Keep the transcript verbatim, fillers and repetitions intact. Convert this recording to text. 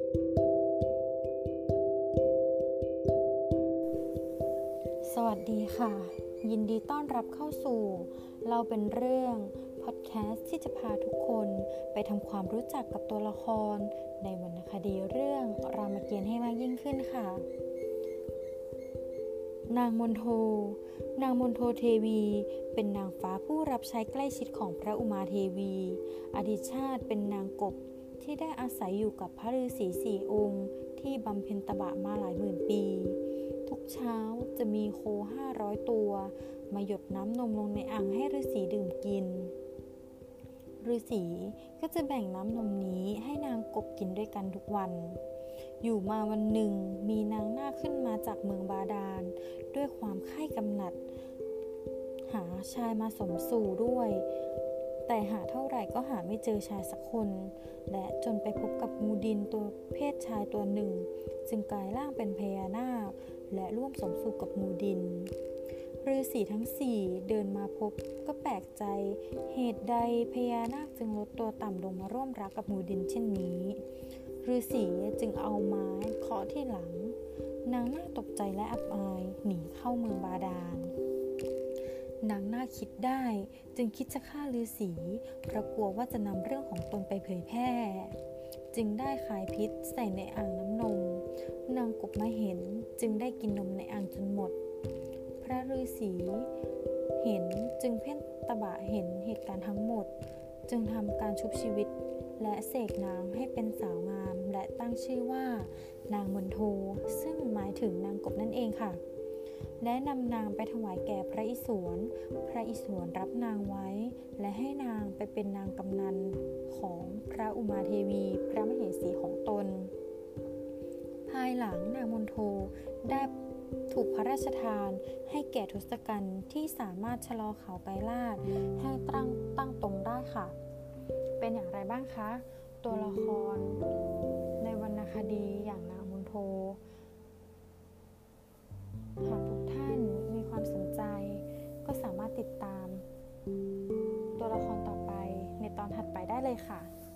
สวัสดีค่ะยินดีต้อนรับเข้าสู่เราเป็นเรื่องพอดแคสต์ที่จะพาทุกคนไปทำความรู้จักกับตัวละครในวรรณคดีเรื่องรามเกียรติ์ให้มากยิ่งขึ้นค่ะนางมนโทนางมนโทเทวีเป็นนางฟ้าผู้รับใช้ใกล้ชิดของพระอุมาเทวีอดีตชาติเป็นนางกบที่ได้อาศัยอยู่กับพระฤาษีสี่องค์ที่บำเพ็ญตบะมาหลายหมื่นปีทุกเช้าจะมีโคห้าร้อยตัวมาหยดน้ำนมลงในอ่างให้ฤาษีดื่มกินฤาษีก็จะแบ่งน้ำนมนี้ให้นางกบกินด้วยกันทุกวันอยู่มาวันหนึ่งมีนางนาคขึ้นมาจากเมืองบาดาลด้วยความใคร่กำหนัดหาชายมาสมสู่ด้วยแต่หาเท่าไหร่ก็หาไม่เจอชายสักคนและจนไปพบกับงูดินตัวเพศชายตัวหนึ่งจึงกลายร่างเป็นพญานาคและร่วมสมสู่กับงูดินฤาษีทั้งสี่เดินมาพบก็แปลกใจเหตุใดพญานาคจึงลดตัวต่ำลงมาร่วมรักกับงูดินเช่นนี้ฤาษีจึงเอาไม้เคาะที่หลังนางนาคตกใจและอับอายหนีเข้าเมืองบาดาลนางนาคคิดได้จึงคิดจะฆ่าฤาษีเพราะกลัวว่าจะนำเรื่องของตนไปเผยแพร่จึงได้ขายพิษใส่ในอ่างน้ำนมนางกบมาเห็นจึงได้กินนมในอ่างจนหมดพระฤาษีเห็นจึงเพ่งตบะเห็นเหตุการณ์ทั้งหมดจึงทำการชุบชีวิตและเสกนางให้เป็นสาวงามและตั้งชื่อว่านางมนโทซึ่งหมายถึงนางกบนั่นเองค่ะและนำนางไปถวายแก่พระอิศวรพระอิศวรรับนางไว้และให้นางไปเป็นนางกำนันของพระอุมาเทวีพระมเหสีของตนภายหลังนางมนโทได้ถูกพระราชทานให้แก่ทศกัณฐ์ที่สามารถชะลอเขาไกรลาศให้ตั้งตั้งตรงได้ค่ะเป็นอย่างไรบ้างคะตัวละครในวรรณคดีอย่างนางมนโทหากทุกท่านมีความสนใจก็สามารถติดตามตัวละครต่อไปในตอนถัดไปได้เลยค่ะ